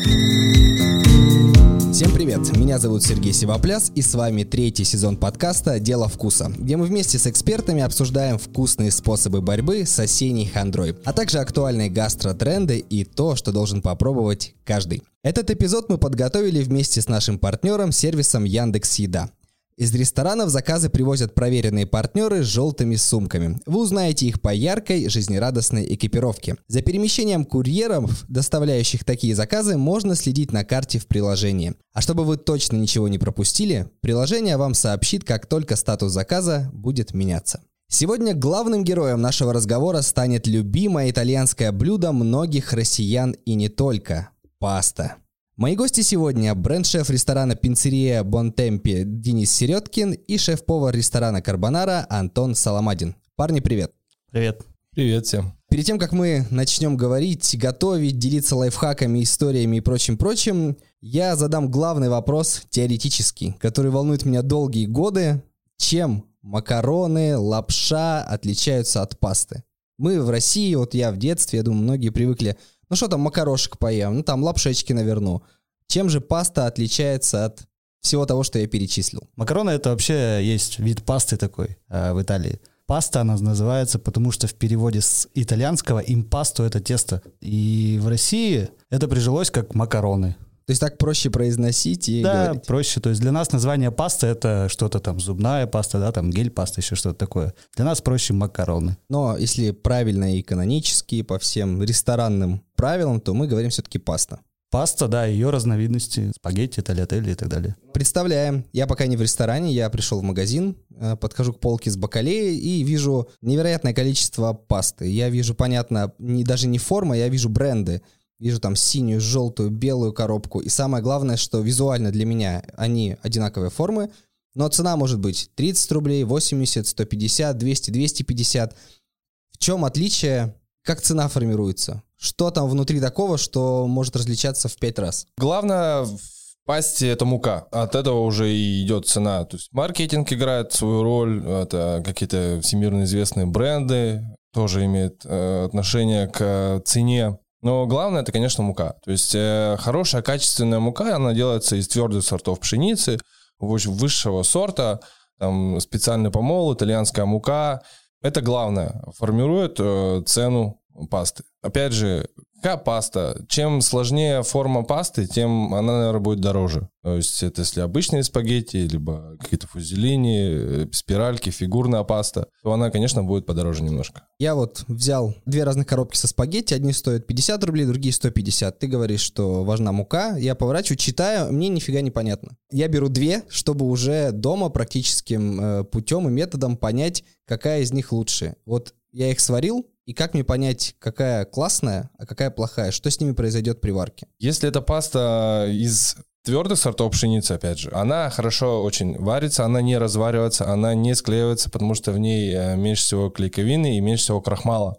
Всем привет, меня зовут Сергей Сивопляс, и с вами третий сезон подкаста «Дело вкуса», где мы вместе с экспертами обсуждаем вкусные способы борьбы с осенней хандрой, а также актуальные гастротренды и то, что должен попробовать каждый. Этот эпизод мы подготовили вместе с нашим партнером, сервисом Яндекс.Еда. Из ресторанов заказы привозят проверенные партнеры с желтыми сумками. Вы узнаете их по яркой, жизнерадостной экипировке. За перемещением курьеров, доставляющих такие заказы, можно следить на карте в приложении. А чтобы вы точно ничего не пропустили, приложение вам сообщит, как только статус заказа будет меняться. Сегодня главным героем нашего разговора станет любимое итальянское блюдо многих россиян и не только – паста. Мои гости сегодня – бренд-шеф ресторана «Пиццерия Бонтемпе» Денис Середкин и шеф-повар ресторана «Карбонара» Антон Соломадин. Парни, привет! Привет! Привет всем! Перед тем, как мы начнем говорить, готовить, делиться лайфхаками, историями и прочим, я задам главный вопрос, теоретический, который волнует меня долгие годы. Чем макароны, лапша отличаются от пасты? Мы в России, вот я в детстве, я думаю, многие привыкли... Ну что там, макарошек поем, там лапшечки наверну. Чем же паста отличается от всего того, что я перечислил? Макароны — это вообще есть вид пасты такой в Италии. Паста она называется, потому что в переводе с итальянского импасто — это тесто. И в России это прижилось как макароны. То есть так проще произносить и говорить? Да, проще. То есть для нас название пасты — это что-то там зубная паста, да, там гель-паста, еще что-то такое. Для нас проще макароны. Но если правильно и канонически по всем ресторанным правилам, то мы говорим все-таки паста. Паста, да, ее разновидности, спагетти, тальятелли и так далее. Представляем, я пока не в ресторане, я пришел в магазин, подхожу к полке с бакалеей и вижу невероятное количество пасты. Я вижу, понятно, даже не форма, я вижу бренды. Вижу там синюю, желтую, белую коробку. И самое главное, что визуально для меня они одинаковые формы, но цена может быть 30 рублей, 80, 150, 200, 250. В чем отличие? Как цена формируется? Что там внутри такого, что может различаться в 5 раз? Главное в пасте — это мука. От этого уже и идет цена. То есть маркетинг играет свою роль. Это какие-то всемирно известные бренды тоже имеют отношение к цене. Но главное — это, конечно, мука. То есть хорошая, качественная мука, она делается из твердых сортов пшеницы, высшего сорта, там специальный помол, итальянская мука. Это главное, формирует цену пасты. Опять же, какая паста? Чем сложнее форма пасты, тем она, наверное, будет дороже. То есть это если обычные спагетти, либо какие-то фузелини, спиральки, фигурная паста, то она, конечно, будет подороже немножко. Я вот взял 2 разных коробки со спагетти, одни стоят 50 рублей, другие 150. Ты говоришь, что важна мука, я поворачиваю, читаю, мне нифига не понятно. Я беру 2, чтобы уже дома практическим путем и методом понять, какая из них лучше. Вот я их сварил, и как мне понять, какая классная, а какая плохая? Что с ними произойдет при варке? Если это паста из твердых сортов пшеницы, опять же, она хорошо очень варится, она не разваривается, она не склеивается, потому что в ней меньше всего клейковины и меньше всего крахмала.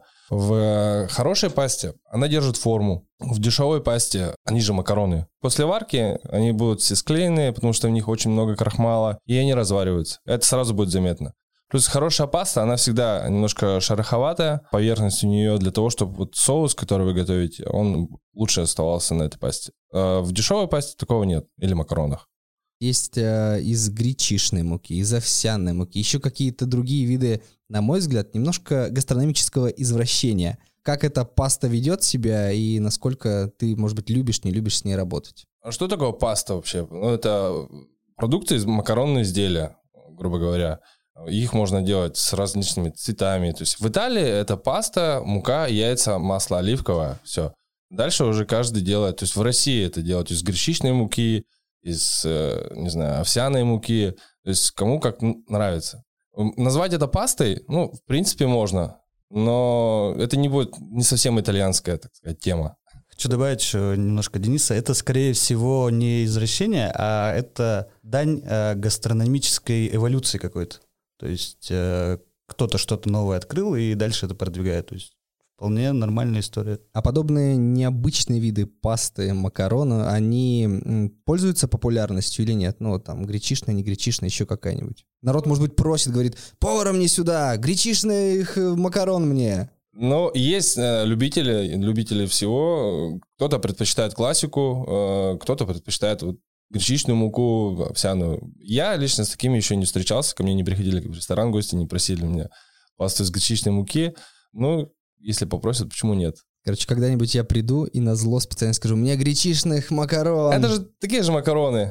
В хорошей пасте она держит форму. В дешевой пасте, они же макароны, после варки они будут все склеенные, потому что в них очень много крахмала, и они развариваются. Это сразу будет заметно. Плюс хорошая паста, она всегда немножко шероховатая, поверхность у нее для того, чтобы вот соус, который вы готовите, он лучше оставался на этой пасте. В дешевой пасте такого нет, или макаронах. Есть из гречишной муки, из овсяной муки, еще какие-то другие виды, на мой взгляд, немножко гастрономического извращения. Как эта паста ведет себя и насколько ты, может быть, любишь, не любишь с ней работать? А что такое паста вообще? Ну, это продукты из макаронных изделия, грубо говоря. Их можно делать с различными цветами. То есть в Италии это паста, мука, яйца, масло оливковое. Все. Дальше уже каждый делает. То есть в России это делают из гречичной муки, из, не знаю, овсяной муки. То есть кому как нравится. Назвать это пастой, ну, в принципе, можно. Но это не будет не совсем итальянская, так сказать, тема. Хочу добавить еще немножко Дениса. Это, скорее всего, не извращение, а это дань гастрономической эволюции какой-то. То есть кто-то что-то новое открыл и дальше это продвигает. То есть вполне нормальная история. А подобные необычные виды пасты, макароны, они пользуются популярностью или нет? Ну, там, гречишная, не гречишная, еще какая-нибудь. Народ, может быть, просит, говорит, повара мне сюда, гречишных макарон мне. Но есть любители всего. Кто-то предпочитает классику, кто-то предпочитает вот гречичную муку, овсяную. Я лично с такими еще не встречался, ко мне не приходили в ресторан гости, не просили меня пасту из гречичной муки. Ну, если попросят, почему нет? Короче, когда-нибудь я приду и назло специально скажу, у меня гречишных макарон. Это же такие же макароны.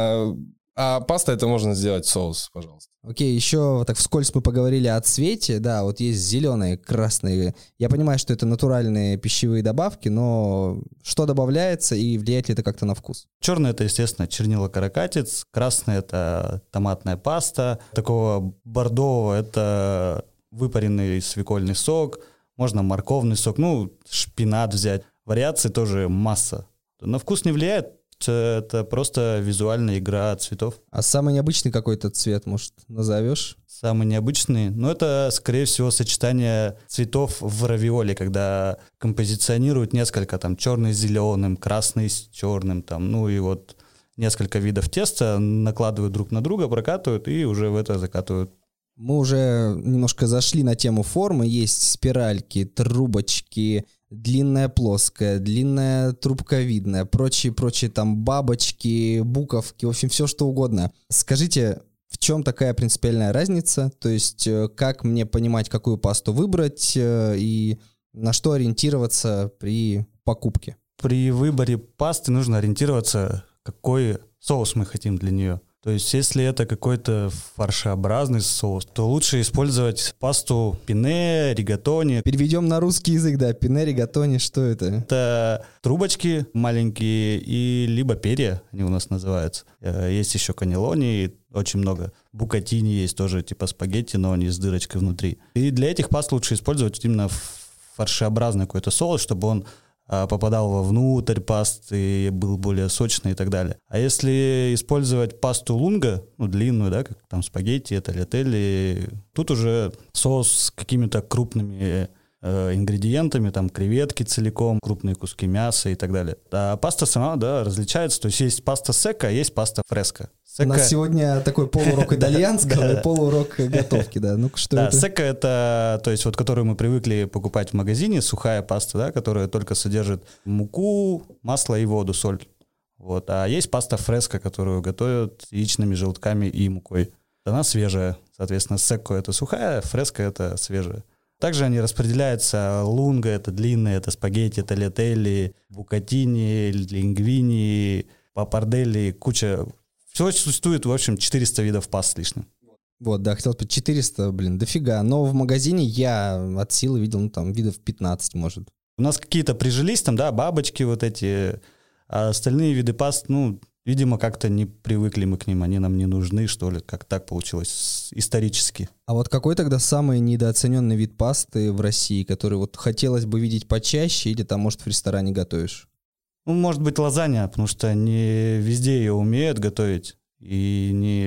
А паста это можно сделать соус, пожалуйста. Окей, еще так вскользь мы поговорили о цвете. Да, вот есть зеленые, красные. Я понимаю, что это натуральные пищевые добавки, но что добавляется и влияет ли это как-то на вкус? Черный — это, естественно, чернила каракатиц. Красный — это томатная паста. Такого бордового — это выпаренный свекольный сок. Можно морковный сок, шпинат взять. Вариаций тоже масса. На вкус не влияет. Это просто визуальная игра цветов. А самый необычный какой-то цвет, может, назовешь? Самый необычный? Это, скорее всего, сочетание цветов в равиоле, когда композиционируют несколько, черный с зеленым, красный с черным, и вот несколько видов теста накладывают друг на друга, прокатывают и уже в это закатывают. Мы уже немножко зашли на тему формы. Есть спиральки, трубочки, длинная плоская, длинная трубковидная, прочие там бабочки, буковки, в общем, все что угодно. Скажите, в чем такая принципиальная разница? То есть как мне понимать, какую пасту выбрать и на что ориентироваться при покупке? При выборе пасты нужно ориентироваться, какой соус мы хотим для нее. То есть, если это какой-то фаршеобразный соус, то лучше использовать пасту пенне, ригатони. Переведем на русский язык, да, пенне, ригатони, что это? Это трубочки маленькие и либо перья, они у нас называются. Есть еще каннелони, очень много. Букатини есть тоже, типа спагетти, но они с дырочкой внутри. И для этих паст лучше использовать именно фаршеобразный какой-то соус, чтобы он попадал вовнутрь пасты, был более сочный и так далее. А если использовать пасту лунго, длинную, да, как там спагетти, тальятелли, тут уже соус с какими-то крупными ингредиентами, там креветки целиком, крупные куски мяса и так далее. А паста сама, да, различается. То есть паста секка, а есть паста фреска. У нас сегодня такой полурок итальянского и полурок готовки, да. Ну-ка, что это? Да, секка — это, то есть вот, которую мы привыкли покупать в магазине, сухая паста, да, которая только содержит муку, масло и воду, соль. Вот. А есть паста фреска, которую готовят яичными желтками и мукой. Она свежая. Соответственно, секко — это сухая, фреска — это свежая. Также они распределяются. Лунго — это длинные, это спагетти, тальятелли, букатини, лингвини, папарделли, куча. Всего существует, в общем, 400 видов паст с лишним. Вот, да, хотел сказать, 400, дофига. Но в магазине я от силы видел, видов 15, может. У нас какие-то прижились там, да, бабочки вот эти, а остальные виды паст, видимо, как-то не привыкли мы к ним, они нам не нужны, что ли, как так получилось исторически. А вот какой тогда самый недооцененный вид пасты в России, который вот хотелось бы видеть почаще или там, может, в ресторане готовишь? Может быть, лазанья, потому что не везде ее умеют готовить и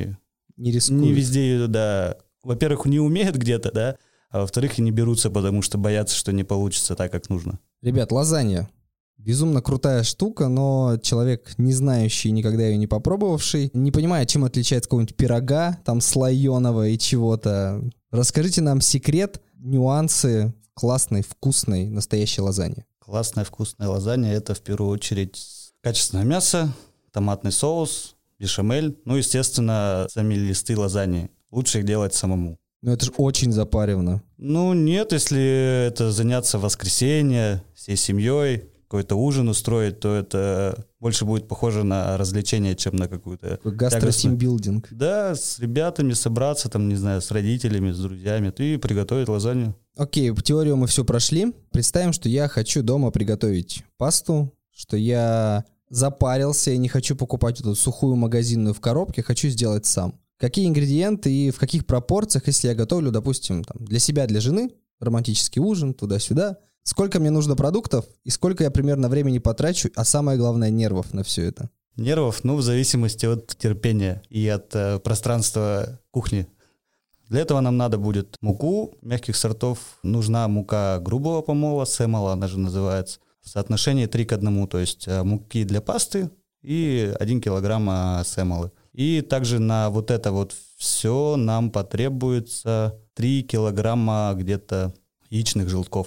не везде ее, да. Во-первых, не умеют где-то, да, а во-вторых, и не берутся, потому что боятся, что не получится так, как нужно. Ребят, лазанья. Безумно крутая штука, но человек, не знающий, никогда ее не попробовавший, не понимает, чем отличается какого-нибудь пирога, там, слоеного и чего-то. Расскажите нам секрет, нюансы классной, вкусной, настоящей лазаньи. Классная, вкусная лазанья — это в первую очередь качественное мясо, томатный соус, бешамель, естественно, сами листы лазаньи. Лучше их делать самому. Это же очень запаривно. Нет, если это заняться в воскресенье всей семьей, какой-то ужин устроить, то это больше будет похоже на развлечение, чем на какую-то... Гастро-тимбилдинг. Да, с ребятами собраться, там, не знаю, с родителями, с друзьями, и приготовить лазанью. Окей, теорию мы все прошли. Представим, что я хочу дома приготовить пасту, что я запарился и не хочу покупать эту сухую магазинную в коробке, хочу сделать сам. Какие ингредиенты и в каких пропорциях, если я готовлю, допустим, для себя, для жены, романтический ужин, туда-сюда, сколько мне нужно продуктов и сколько я примерно времени потрачу, а самое главное, нервов на все это? Нервов, в зависимости от терпения и от пространства кухни. Для этого нам надо будет муку мягких сортов. Нужна мука грубого помола, семола она же называется, в соотношении 3:1, то есть муки для пасты и 1 килограмм семолы. И также на вот это вот все нам потребуется 3 килограмма где-то яичных желтков.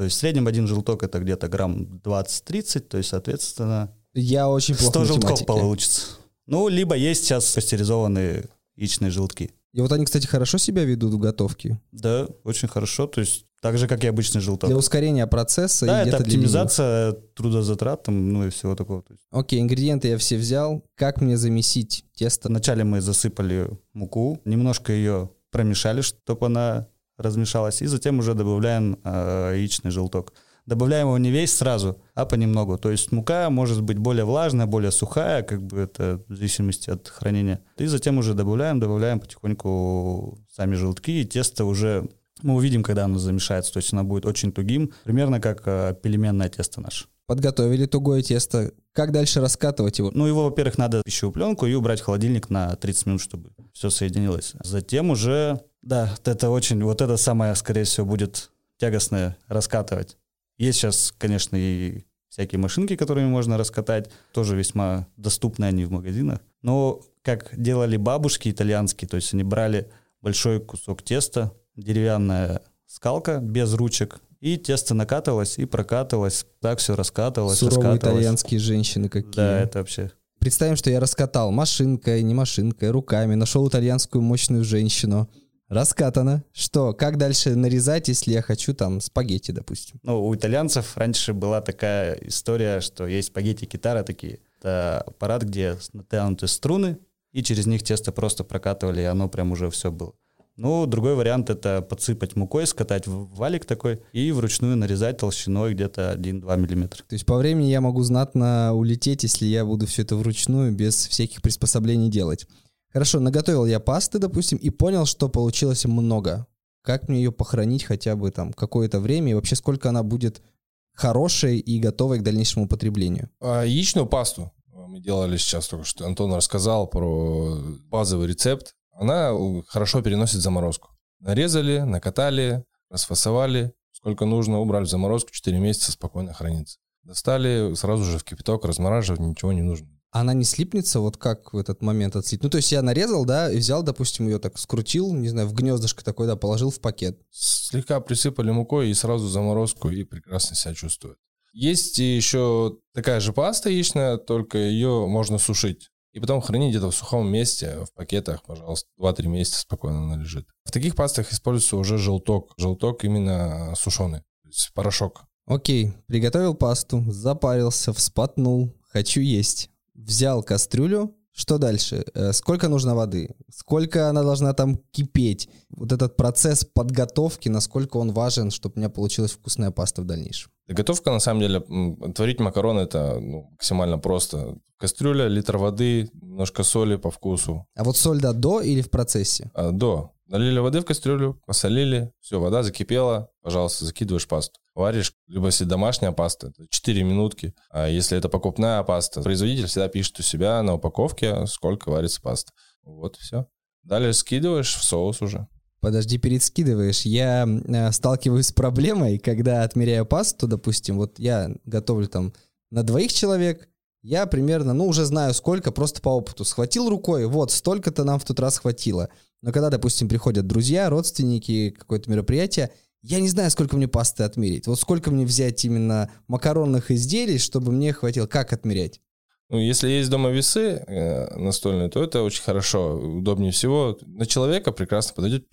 То есть в среднем один желток это где-то грамм 20-30, то есть, соответственно, Я очень плохо 100 в желтков математике. получится. Ну, либо есть сейчас пастеризованные яичные желтки. И вот они, кстати, хорошо себя ведут в готовке. Да, очень хорошо, то есть так же, как и обычный желток. Для ускорения процесса Да, и это где-то для оптимизация трудозатрат, там, ну и всего такого. То есть Окей, ингредиенты я все взял. Как мне замесить тесто? вначале мы засыпали муку, немножко ее промешали, чтобы она размешалась, и затем уже добавляем яичный желток. Добавляем его не весь сразу, а понемногу. То есть мука может быть более влажная, более сухая, как бы это в зависимости от хранения. И затем уже добавляем потихоньку сами желтки, и тесто уже мы увидим, когда оно замешается. То есть оно будет очень тугим, примерно как пельменное тесто наше. Подготовили тугое тесто. Как дальше раскатывать его? Ну, его, во-первых, надо в пищевую пленку и убрать в холодильник на 30 минут, чтобы все соединилось. Затем уже, да, вот это самое, скорее всего, будет тягостное раскатывать. Есть сейчас, конечно, и всякие машинки, которыми можно раскатать, тоже весьма доступны они в магазинах. Но как делали бабушки итальянские, то есть они брали большой кусок теста, деревянная скалка без ручек, и тесто накатывалось и прокатывалось, так все раскатывалось, Суровые раскатывалось. итальянские женщины какие. Да, это вообще... Представим, что я раскатал машинкой, не машинкой, руками, нашел итальянскую мощную женщину. Раскатано. Что? Как дальше нарезать, если я хочу там спагетти, допустим? Ну, у итальянцев раньше была такая история, что есть спагетти-китара такие. Это аппарат, где натянуты струны, и через них тесто просто прокатывали, и оно прям уже все было. Ну, другой вариант — это подсыпать мукой, скатать в валик такой и вручную нарезать толщиной где-то 1-2 миллиметра. То есть по времени я могу знатно улететь, если я буду все это вручную, без всяких приспособлений делать. Хорошо, наготовил я пасты, допустим, и понял, что получилось много. Как мне ее похоронить хотя бы там какое-то время, и вообще сколько она будет хорошей и готовой к дальнейшему употреблению? Яичную пасту мы делали сейчас только что. Антон рассказал про базовый рецепт. Она хорошо переносит заморозку. Нарезали, накатали, расфасовали. Сколько нужно, убрали в заморозку, 4 месяца спокойно хранится. Достали, сразу же в кипяток, размораживать, ничего не нужно. Она не слипнется, вот как в этот момент отслить? Ну, то есть я нарезал, да, и взял, допустим, ее так скрутил, не знаю, в гнездышко такое, да, положил в пакет. Слегка присыпали мукой и сразу в заморозку, и прекрасно себя чувствует. Есть еще такая же паста яичная, только ее можно сушить. И потом хранить где-то в сухом месте, в пакетах, пожалуйста, 2-3 месяца спокойно она лежит. В таких пастах используется уже желток. Желток именно сушеный, то есть порошок. Окей, приготовил пасту, запарился, вспотнул, хочу есть. Взял кастрюлю, что дальше? Сколько нужно воды? Сколько она должна там кипеть? Вот этот процесс подготовки, насколько он важен, чтобы у меня получилась вкусная паста в дальнейшем? Готовка, на самом деле, творить макароны это максимально просто. Кастрюля, литр воды, немножко соли по вкусу. А вот соль, да, до или в процессе? До. Налили воды в кастрюлю, посолили, все, вода закипела, пожалуйста, закидываешь пасту. Варишь, либо если домашняя паста, это 4 минутки. А если это покупная паста, производитель всегда пишет у себя на упаковке, сколько варится паста. Вот и все. Далее скидываешь в соус уже. Подожди, перескидываешь. Я сталкиваюсь с проблемой, когда отмеряю пасту, допустим, вот я готовлю там на 2 человек, я примерно, уже знаю сколько, просто по опыту. Схватил рукой, вот, столько-то нам в тот раз хватило. Но когда, допустим, приходят друзья, родственники, какое-то мероприятие, я не знаю, сколько мне пасты отмерить. Вот сколько мне взять именно макаронных изделий, чтобы мне хватило. Как отмерять? Если есть дома весы настольные, то это очень хорошо, удобнее всего. На человека прекрасно подойдет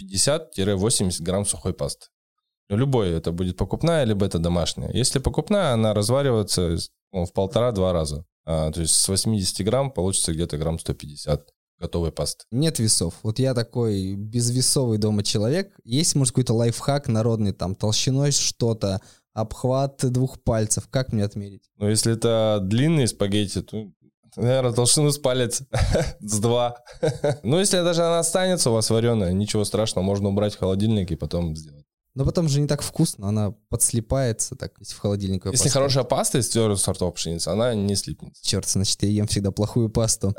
50-80 грамм сухой пасты. Любой, это будет покупная, либо это домашняя. Если покупная, она разваривается в 1,5-2 раза. То есть с 80 грамм получится где-то грамм 150 готовой пасты. Нет весов. Вот я такой безвесовый дома человек. Есть, может, какой-то лайфхак народный, там, толщиной что-то, обхват 2 пальцев. Как мне отмерить? Если это длинные спагетти, то, наверное, толщину с палец с 2. Если даже она останется у вас вареная, ничего страшного, можно убрать в холодильник и потом сделать. Но потом же не так вкусно, она подслипается, так, если в холодильник ее Если поставить. хорошая паста из твердых сортов пшеницы, она не слипнется. Черт, значит, я ем всегда плохую пасту.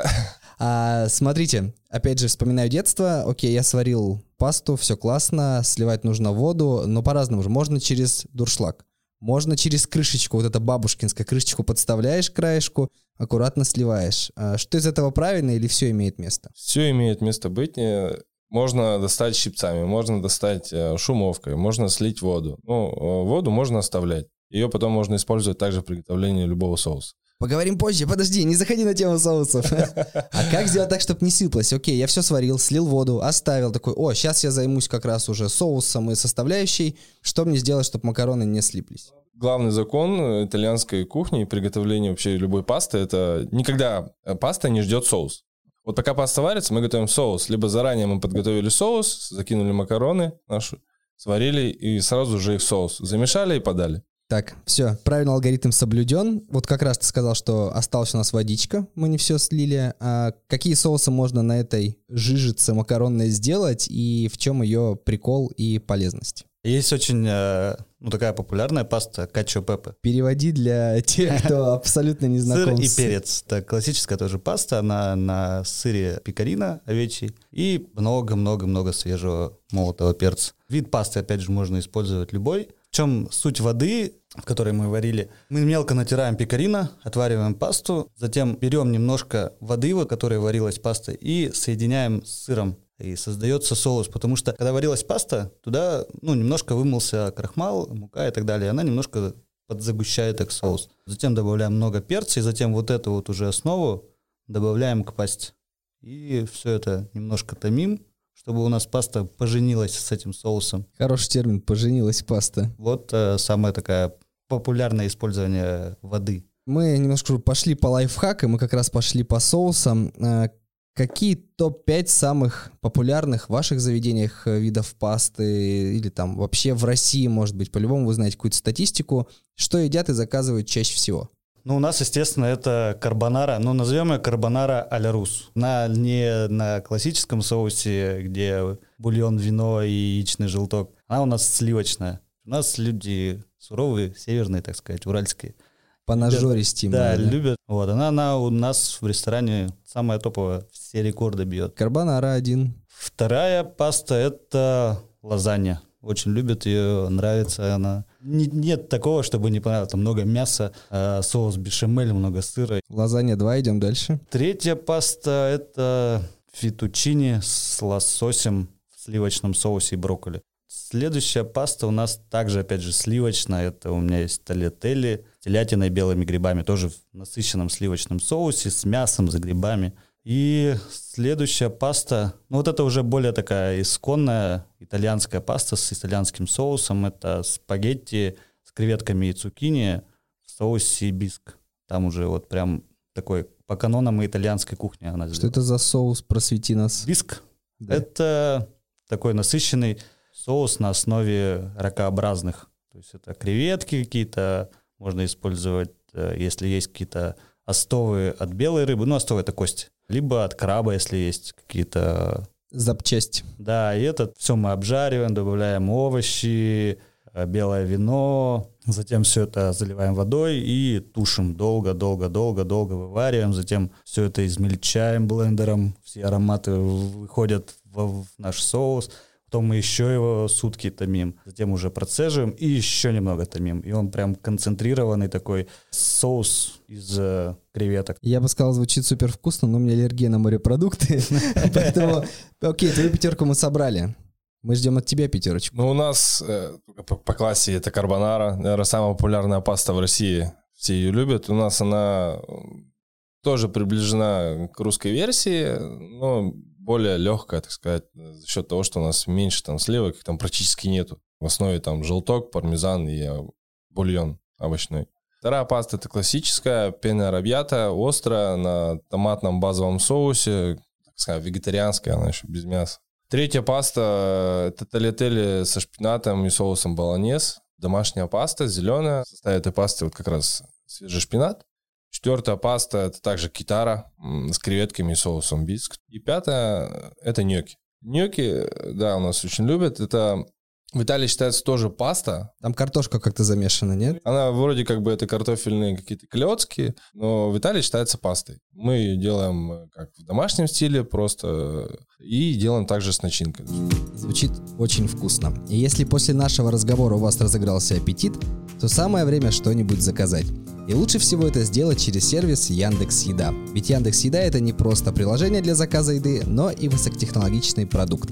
Смотрите, опять же, вспоминаю детство. Окей, я сварил пасту, все классно, сливать нужно воду, но по-разному же. Можно через дуршлаг, можно через крышечку, вот это бабушкинская крышечку подставляешь к краешку, аккуратно сливаешь. Что из этого правильно или все имеет место? Все имеет место быть. Можно достать щипцами, можно достать шумовкой, можно слить воду. Ну, воду можно оставлять. Ее потом можно использовать также в приготовлении любого соуса. Поговорим позже, подожди, не заходи на тему соусов. А как сделать так, чтобы не сыпалось? Окей, я все сварил, слил воду, оставил, такой, сейчас я займусь как раз уже соусом и составляющей. Что мне сделать, чтобы макароны не слиплись? Главный закон итальянской кухни и приготовления вообще любой пасты — это никогда паста не ждет соус. Вот пока паста варится, мы готовим соус. Либо заранее мы подготовили соус, закинули макароны наши, сварили и сразу же их в соус замешали и подали. Так, все, правильный алгоритм соблюден. Вот как раз ты сказал, что осталась у нас водичка, мы не все слили. А какие соусы можно на этой жижице макаронной сделать и в чем ее прикол и полезность? Есть очень такая популярная паста качо пепе. Переводи для тех, кто абсолютно не знаком. Сыр и перец. Это классическая тоже паста, она на сыре пекарина овечий и много-много-много свежего молотого перца. Вид пасты, опять же, можно использовать любой. В чем суть воды, в которой мы варили? Мы мелко натираем пекарина, отвариваем пасту, затем берем немножко воды, в которой варилась паста, и соединяем с сыром. И создается соус, потому что когда варилась паста, туда немножко вымылся крахмал, мука и так далее, она немножко подзагущает так соус. Затем добавляем много перца, и затем вот эту вот уже основу добавляем к пасте. И все это немножко томим, чтобы у нас паста поженилась с этим соусом. Хороший термин, поженилась паста. Вот самое такое популярное использование воды. Мы немножко пошли по лайфхакам, мы как раз пошли по соусам. Какие топ-5 самых популярных в ваших заведениях видов пасты или там вообще в России, может быть, по-любому вы знаете какую-то статистику, что едят и заказывают чаще всего? У нас, естественно, это карбонара, назовем ее карбонара а-ля рус. Она не на классическом соусе, где бульон, вино и яичный желток. Она у нас сливочная. У нас люди суровые, северные, так сказать, уральские. Понажористее. Да, любят. Вот, она у нас в ресторане самая топовая, все рекорды бьет. Карбонара 1. Вторая паста — это лазанья. Очень любят ее, нравится она. Нет такого, чтобы не понравилось. Там много мяса, соус бешамель, много сыра. Лазанья 2, идем дальше. Третья паста — это фетучини с лососем в сливочном соусе и брокколи. Следующая паста у нас также, опять же, сливочная. Это у меня есть тальятелли с телятиной и белыми грибами. Тоже в насыщенном сливочном соусе с мясом, с грибами. И следующая паста, это уже более такая исконная итальянская паста с итальянским соусом. Это спагетти с креветками и цукини в соусе биск. Там уже вот прям такой по канонам итальянской кухни она сделана. Что это за соус? Просвети нас. Биск. Да. Это такой насыщенный соус на основе ракообразных. То есть это креветки какие-то, можно использовать, если есть какие-то остовы от белой рыбы, остовы — это кости, либо от краба, если есть какие-то... Запчасти. Да, и это все мы обжариваем, добавляем овощи, белое вино, затем все это заливаем водой и тушим долго-долго-долго-долго, вывариваем, затем все это измельчаем блендером, все ароматы выходят в наш соус. Потом мы еще его сутки томим, затем уже процеживаем и еще немного томим. И он прям концентрированный такой соус из креветок. Я бы сказал, звучит супер вкусно, но у меня аллергия на морепродукты. Поэтому, окей, твою пятерку мы собрали. Мы ждем от тебя пятерочку. У нас по классе это карбонара. Наверное, самая популярная паста в России. Все ее любят. У нас она тоже приближена к русской версии, но более легкая, так сказать, за счет того, что у нас меньше там сливок, их там практически нету. В основе там желток, пармезан и бульон овощной. Вторая паста — это классическая, пена аррабьята, острая, на томатном базовом соусе, так сказать, вегетарианская, она еще без мяса. Третья паста — это тальятелли со шпинатом и соусом болонез. Домашняя паста, зеленая. В составе этой пасты вот как раз свежий шпинат. Четвертая паста — это также китара с креветками и соусом биск. И пятая — это ньокки. Ньокки, да, у нас очень любят. Это в Италии считается тоже паста. Там картошка как-то замешана, нет? Она вроде как бы это картофельные какие-то клёцки, но в Италии считается пастой. Мы ее делаем как в домашнем стиле просто и делаем также с начинкой. Звучит очень вкусно. И если после нашего разговора у вас разыгрался аппетит, то самое время что-нибудь заказать. И лучше всего это сделать через сервис Яндекс.Еда. Ведь Яндекс.Еда — это не просто приложение для заказа еды, но и высокотехнологичный продукт.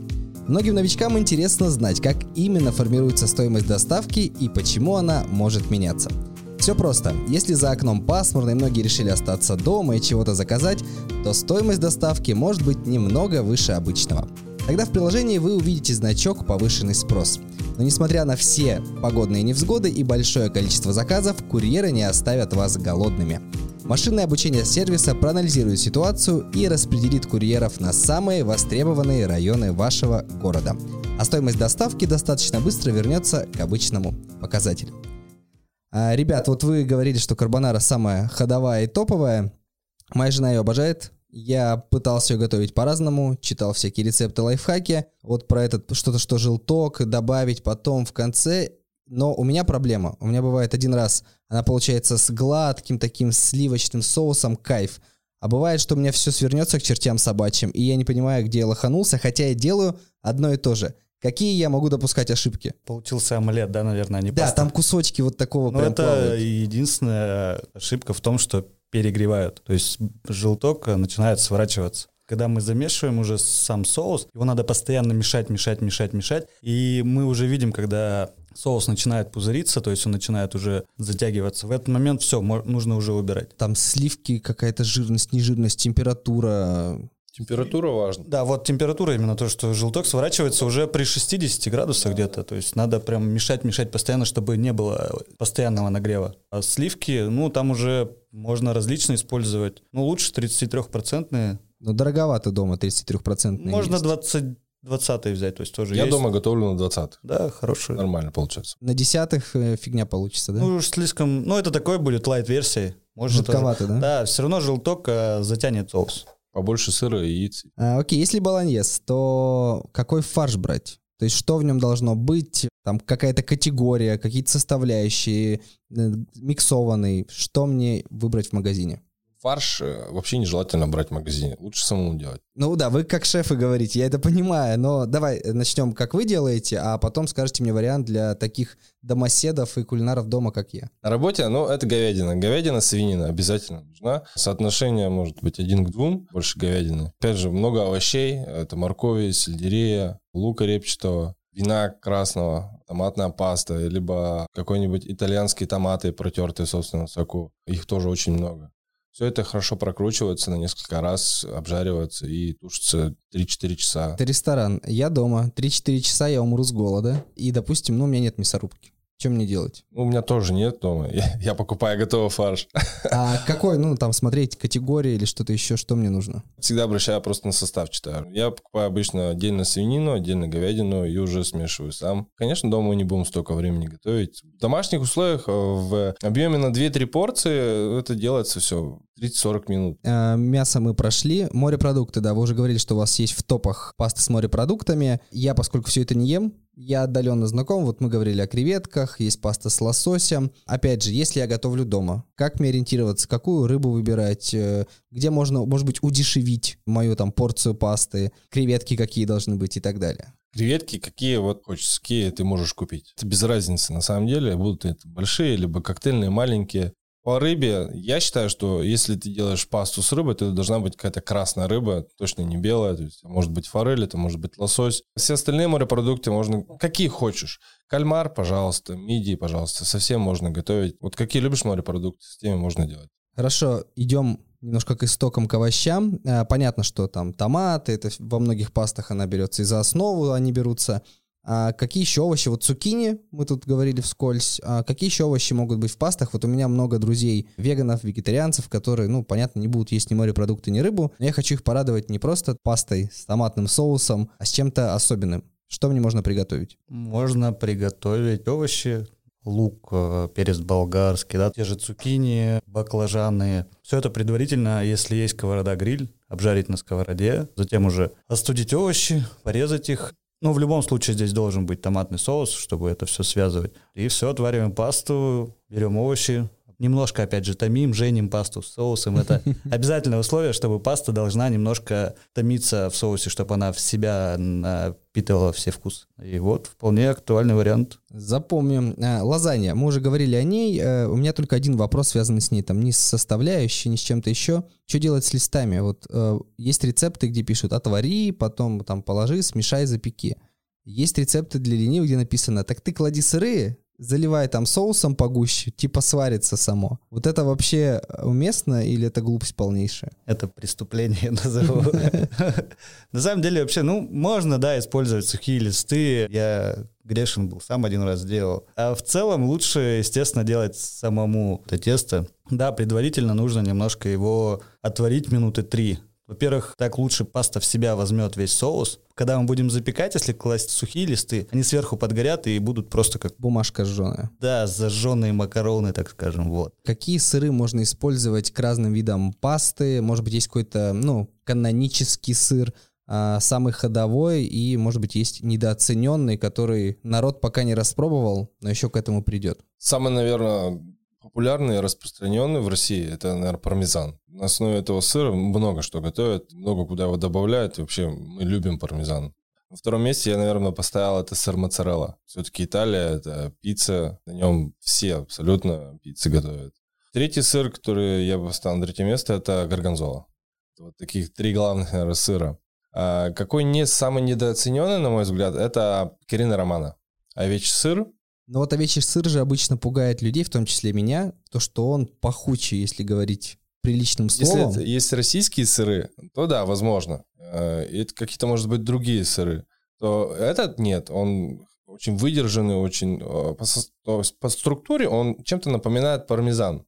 Многим новичкам интересно знать, как именно формируется стоимость доставки и почему она может меняться. Все просто. Если за окном пасмурно и многие решили остаться дома и чего-то заказать, то стоимость доставки может быть немного выше обычного. Тогда в приложении вы увидите значок «Повышенный спрос». Но несмотря на все погодные невзгоды и большое количество заказов, курьеры не оставят вас голодными. Машинное обучение сервиса проанализирует ситуацию и распределит курьеров на самые востребованные районы вашего города. А стоимость доставки достаточно быстро вернется к обычному показателю. Ребят, вот вы говорили, что карбонара самая ходовая и топовая. Моя жена ее обожает. Я пытался ее готовить по-разному, читал всякие рецепты, лайфхаки. Вот про это что-то, что желток добавить потом в конце. Но у меня проблема. У меня бывает один раз она получается с гладким таким сливочным соусом, кайф. А бывает, что у меня все свернется к чертям собачьим, и я не понимаю, где я лоханулся, хотя я делаю одно и то же. Какие я могу допускать ошибки? Получился омлет, да, наверное, не Да, паста. там кусочки вот такого прям это плавают. единственная ошибка в том, что перегревают. То есть желток начинает сворачиваться. Когда мы замешиваем уже сам соус, его надо постоянно мешать. И мы уже видим, когда соус начинает пузыриться, то есть он начинает уже затягиваться. В этот момент все, нужно уже убирать. Там сливки, какая-то жирность, нежирность, температура. Температура важна. Да, вот температура именно то, что желток сворачивается уже при 60 градусах где-то. То есть надо прям мешать постоянно, чтобы не было постоянного нагрева. А сливки, там уже можно различно использовать. Лучше 33%. Дороговато дома 33%. Можно 20-й взять, то есть тоже Я есть. дома готовлю на 20. Да, хороший. Нормально получается. На 10-х фигня получится, да? Уж слишком... это такой будет лайт-версия. Жидковато, тоже. да? Да, все равно желток затянет соус. Побольше сыра и яиц. Окей, если болоньез, то какой фарш брать? То есть что в нем должно быть? Там какая-то категория, какие-то составляющие, миксованный. Что мне выбрать в магазине? Фарш вообще нежелательно брать в магазине. Лучше самому делать. Да, вы как шефы говорите, я это понимаю, но давай начнем, как вы делаете, а потом скажете мне вариант для таких домоседов и кулинаров дома, как я. На работе, это говядина. Говядина, свинина обязательно нужна. Соотношение может быть 1 к 2, больше говядины. Опять же, много овощей. Это моркови, сельдерея, лука репчатого, вина красного, томатная паста, либо какой-нибудь итальянские томаты, протертые в собственном соку. Их тоже очень много. Все это хорошо прокручивается на несколько раз, обжаривается и тушится 3-4 часа. Это ресторан, я дома, 3-4 часа я умру с голода, и, допустим, у меня нет мясорубки. Что мне делать? У меня тоже нет дома, я покупаю готовый фарш. А какой, там смотреть категории или что-то еще, что мне нужно? Всегда обращаю просто на состав, читаю. Я покупаю обычно отдельно свинину, отдельно говядину и уже смешиваю сам. Конечно, дома мы не будем столько времени готовить. В домашних условиях в объеме на 2-3 порции это делается все 30-40 минут. Мясо мы прошли. Морепродукты, да, вы уже говорили, что у вас есть в топах пасты с морепродуктами. Я, поскольку все это не ем, я отдаленно знаком. Вот мы говорили о креветках, есть паста с лососем. Опять же, если я готовлю дома, как мне ориентироваться, какую рыбу выбирать, где можно, может быть, удешевить мою порцию пасты, креветки какие должны быть и так далее. Креветки какие хочется, какие ты можешь купить. Это без разницы на самом деле. Будут это большие, либо коктейльные, маленькие. По рыбе, я считаю, что если ты делаешь пасту с рыбой, то это должна быть какая-то красная рыба, точно не белая. То есть, может быть форель, это может быть лосось. Все остальные морепродукты можно, какие хочешь. Кальмар, пожалуйста, мидии, пожалуйста. Совсем можно готовить. Вот какие любишь морепродукты, с теми можно делать. Хорошо, идем немножко к истокам, к овощам. Понятно, что там томаты, это во многих пастах она берется, и за основу они берутся. А какие еще овощи? Вот цукини, мы тут говорили вскользь. А какие еще овощи могут быть в пастах? Вот у меня много друзей веганов, вегетарианцев, которые, понятно, не будут есть ни морепродукты, ни рыбу. Но я хочу их порадовать не просто пастой с томатным соусом, а с чем-то особенным. Что мне можно приготовить? Можно приготовить овощи, лук, перец болгарский, да, те же цукини, баклажаны. Все это предварительно, если есть сковорода-гриль, обжарить на сковороде, затем уже остудить овощи, порезать их. В любом случае здесь должен быть томатный соус, чтобы это все связывать. И все, отвариваем пасту, берем овощи, немножко, опять же, томим, женим пасту с соусом. Это обязательное условие, чтобы паста должна немножко томиться в соусе, чтобы она в себя напитывала все вкусы. И вот вполне актуальный вариант. Запомним. Лазанья. Мы уже говорили о ней. У меня только один вопрос, связанный с ней. Там ни с составляющей, ни с чем-то еще. Что делать с листами? Вот есть рецепты, где пишут «отвари», потом там «положи», «смешай», «запеки». Есть рецепты для ленивых, где написано «так ты клади сырые, заливай там соусом погуще, типа сварится само». Вот это вообще уместно или это глупость полнейшая? Это преступление, я назову. На самом деле вообще, можно, да, использовать сухие листы. Я грешен был, сам один раз делал. А в целом лучше, естественно, делать самому это тесто. Да, предварительно нужно немножко его отварить минуты 3. Во-первых, так лучше паста в себя возьмет весь соус. Когда мы будем запекать, если класть сухие листы, они сверху подгорят и будут просто как... Бумажка сжёная. Да, зажженные макароны, так скажем, вот. Какие сыры можно использовать к разным видам пасты? Может быть, есть какой-то, канонический сыр, самый ходовой, и, может быть, есть недооцененный, который народ пока не распробовал, но еще к этому придет. Самый, наверное, популярный и распространенный в России — это, наверное, пармезан. На основе этого сыра много что готовят, много куда его добавляют, и вообще мы любим пармезан. На втором месте я, наверное, поставил это сыр моцарелла. Все-таки Италия — это пицца, на нем все абсолютно пиццы готовят. Третий сыр, который я бы поставил на третье место, это горгонзола. Вот таких 3 главных, наверное, сыра. А какой не самый недооцененный, на мой взгляд, это Пекарина Романо. Овечий сыр. Но вот овечий сыр же обычно пугает людей, в том числе меня, то, что он пахучий, если говорить приличным словом. Если есть российские сыры, то да, возможно. И это какие-то, может быть, другие сыры. То этот нет, он очень выдержанный, очень... По структуре он чем-то напоминает пармезан.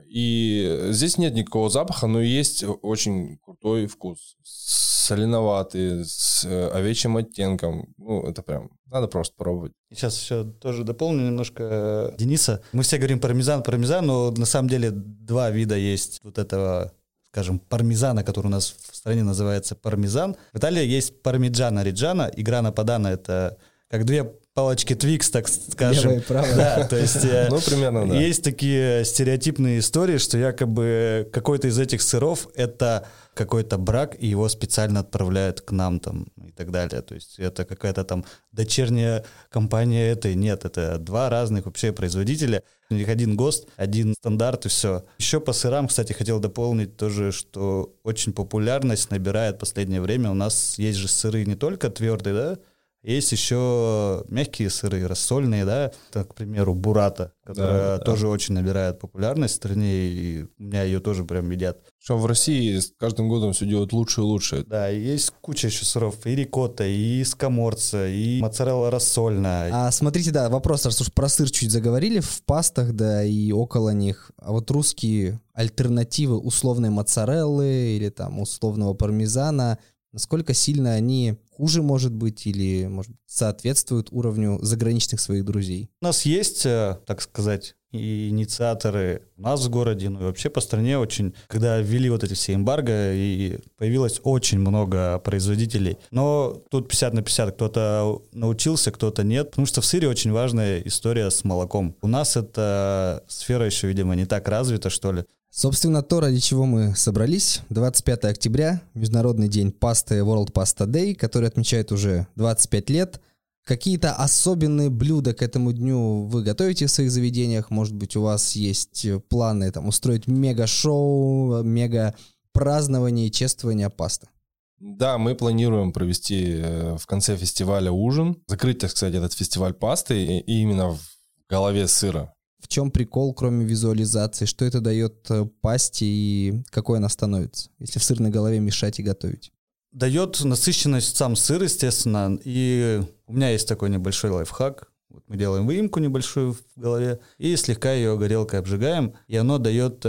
И здесь нет никакого запаха, но есть очень крутой вкус. Соленоватый, с овечьим оттенком. Это прям, надо просто пробовать. Сейчас еще тоже дополню немножко Дениса. Мы все говорим пармезан, но на самом деле 2 вида есть вот этого, скажем, пармезана, который у нас в стране называется пармезан. В Италии есть пармиджано риджано и грана падано. Это как 2 палочки Твикс, так скажем. Левая и правая. Да, то есть примерно, да. Есть такие стереотипные истории, что якобы какой-то из этих сыров — это какой-то брак, и его специально отправляют к нам там и так далее. То есть это какая-то там дочерняя компания этой. Нет, это 2 разных вообще производителя. У них 1 ГОСТ, 1 стандарт и все. Еще по сырам, кстати, хотел дополнить тоже, что очень популярность набирает в последнее время. У нас есть же сыры не только твердые, да? Есть еще мягкие сыры, рассольные, да, так, к примеру, буррата, которая тоже очень набирает популярность в стране, и у меня ее тоже прям едят. Что в России с каждым годом все делают лучше и лучше. Да, и есть куча еще сыров, и рикотта, и скаморца, и моцарелла рассольная. Смотрите, да, вопрос, раз уж про сыр чуть заговорили, в пастах, да, и около них, а вот русские альтернативы условной моцареллы или там условного пармезана, насколько сильно они хуже, может быть, или, может быть, соответствуют уровню заграничных своих друзей? У нас есть, так сказать, и инициаторы у нас в городе, ну и вообще по стране очень, когда ввели вот эти все эмбарго, и появилось очень много производителей. Но тут 50 на 50, кто-то научился, кто-то нет, потому что в сыре очень важная история с молоком. У нас эта сфера еще, видимо, не так развита, что ли. Собственно, то, ради чего мы собрались. 25 октября, Международный день пасты World Pasta Day, который отмечает уже 25 лет. Какие-то особенные блюда к этому дню вы готовите в своих заведениях? Может быть, у вас есть планы там устроить мега-шоу, мега-празднование и чествование пасты? Да, мы планируем провести в конце фестиваля ужин. Закрыть, так сказать, этот фестиваль пасты и именно в голове сыра. В чем прикол, кроме визуализации? Что это дает пасте и какой она становится, если в сырной голове мешать и готовить? Дает насыщенность сам сыр, естественно. И у меня есть такой небольшой лайфхак. Вот мы делаем выемку небольшую в голове и слегка ее горелкой обжигаем. И оно дает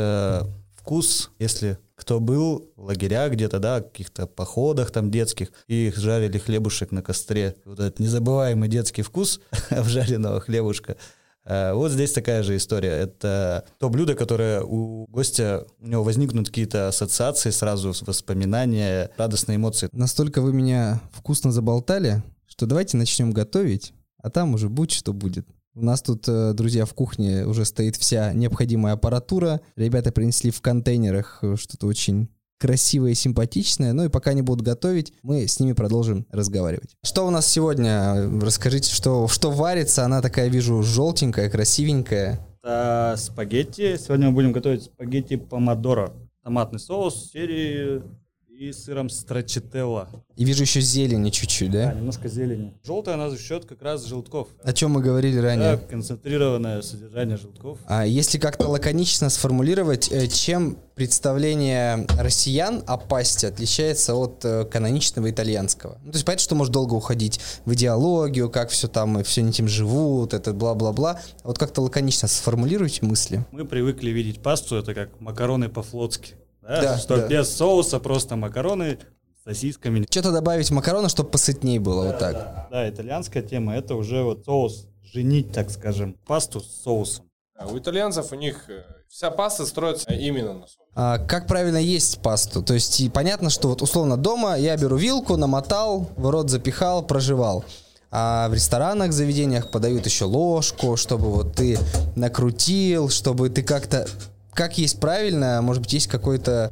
вкус, если кто был в лагерях где-то, да, каких-то походах там детских, и жарили хлебушек на костре. Вот этот незабываемый детский вкус обжаренного хлебушка. Вот здесь такая же история. Это то блюдо, которое у гостя, у него возникнут какие-то ассоциации, сразу воспоминания, радостные эмоции. Настолько вы меня вкусно заболтали, что давайте начнем готовить, а там уже будь что будет. У нас тут, друзья, в кухне уже стоит вся необходимая аппаратура. Ребята принесли в контейнерах что-то очень красивое и симпатичное. Ну и пока они будут готовить, мы с ними продолжим разговаривать. Что у нас сегодня? Расскажите, что варится. Она такая, вижу, желтенькая, красивенькая. Это спагетти. Сегодня мы будем готовить спагетти помодоро. Томатный соус, черри и сыром страчителла. И вижу еще зелени чуть-чуть, да? Да, немножко зелени. Желтая она за счет как раз желтков. О чем мы говорили ранее. Да, концентрированное содержание желтков. А если как-то лаконично сформулировать, чем представление россиян о пасте отличается от каноничного итальянского? Ну, то есть понятно, что может долго уходить в идеологию, как все там, и все не тем живут, это бла-бла-бла. Вот как-то лаконично сформулируйте мысли. Мы привыкли видеть пасту, это как макароны по-флотски. Да, что да. без соуса, просто макароны с сосисками. Что-то добавить в макароны, чтобы посытнее было, вот так. Да, итальянская тема, это уже вот соус, женить, так скажем, пасту с соусом. У итальянцев у них вся паста строится именно на соусе. А как правильно есть пасту? То есть и понятно, что вот условно дома я беру вилку, намотал, в рот запихал, прожевал. А в ресторанах, заведениях подают еще ложку, чтобы вот ты накрутил, чтобы ты как-то... Как есть правильно, может быть, есть какой-то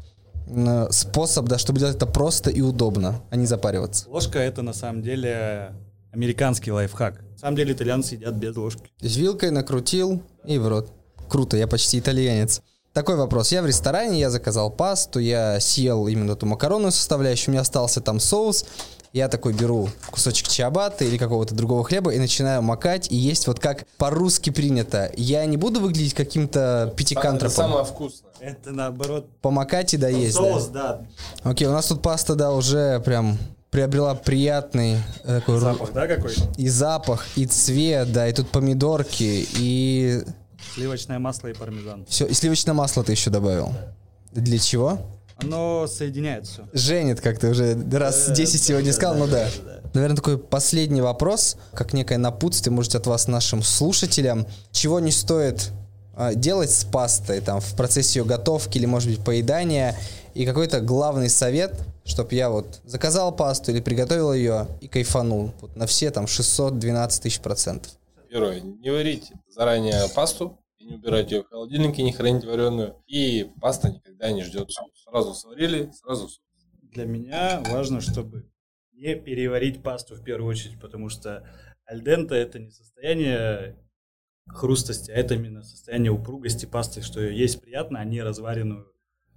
способ, да, чтобы делать это просто и удобно, а не запариваться. Ложка — это на самом деле американский лайфхак. На самом деле итальянцы едят без ложки. То есть вилкой накрутил и в рот. Круто, я почти итальянец. Такой вопрос. Я в ресторане, я заказал пасту, я съел именно эту макаронную составляющую, у меня остался там соус. Я такой беру кусочек чиабатты или какого-то другого хлеба и начинаю макать и есть вот как по-русски принято. Я не буду выглядеть каким-то пятикантропом. Это самое вкусное. Это наоборот. Помакать и доесть, соус, да? да. Окей, у нас тут паста, да, уже прям приобрела приятный такой Запах, да, какой? И запах, и цвет, да, и тут помидорки, и... Сливочное масло и пармезан. Все, и сливочное масло ты еще добавил. Для чего? Оно соединяет все. Женит, как ты уже раз 10 сегодня сказал, ну да. Наверное, такой последний вопрос, как некое напутствие, может, от вас, нашим слушателям. Чего не стоит делать с пастой там, в процессе ее готовки или, может быть, поедания? И какой-то главный совет, чтобы я вот заказал пасту или приготовил ее и кайфанул. Вот на все там 612 тысяч %. Первое, не варите заранее пасту, и не убирайте ее в холодильнике, не храните вареную. И паста никогда не ждет соус. Сразу сварили, сразу соус. Для меня важно, чтобы не переварить пасту в первую очередь, потому что альденте — это не состояние хрустости, а это именно состояние упругости пасты, что ее есть приятно, а не разваренную.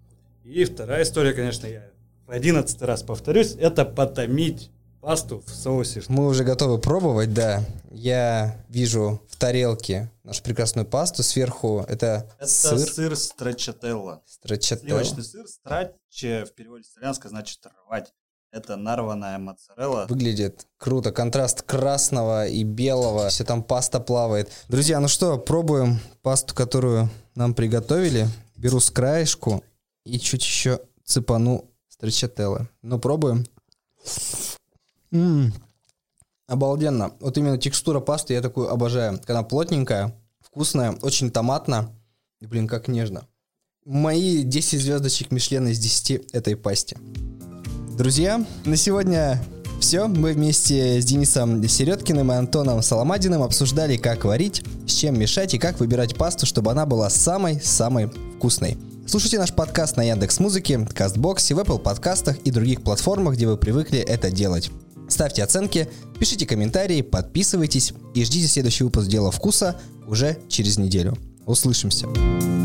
И вторая история, конечно, я в 11 раз повторюсь, это потомить пасту в соусе. Мы уже готовы пробовать, да. Я вижу в тарелке нашу прекрасную пасту. Сверху это сыр страчателла. Страчателла. Сливочный сыр. Страче в переводе с итальянского значит рвать. Это нарванная моцарелла. Выглядит круто. Контраст красного и белого. Все там паста плавает. Друзья, ну что, пробуем пасту, которую нам приготовили. Беру с краешку и чуть еще цепану страчателлы. Ну, пробуем. Обалденно. Вот именно текстура пасты я такую обожаю. Когда она плотненькая, вкусная, очень томатно. И, блин, как нежно. Мои 10 звездочек Мишлена из 10 этой пасте. Друзья, на сегодня все. Мы вместе с Денисом Середкиным и Антоном Соломадиным обсуждали, как варить, с чем мешать и как выбирать пасту, чтобы она была самой-самой вкусной. Слушайте наш подкаст на Яндекс.Музыке, Кастбоксе, в Apple подкастах и других платформах, где вы привыкли это делать. Ставьте оценки, пишите комментарии, подписывайтесь и ждите следующий выпуск «Дела вкуса» уже через неделю. Услышимся.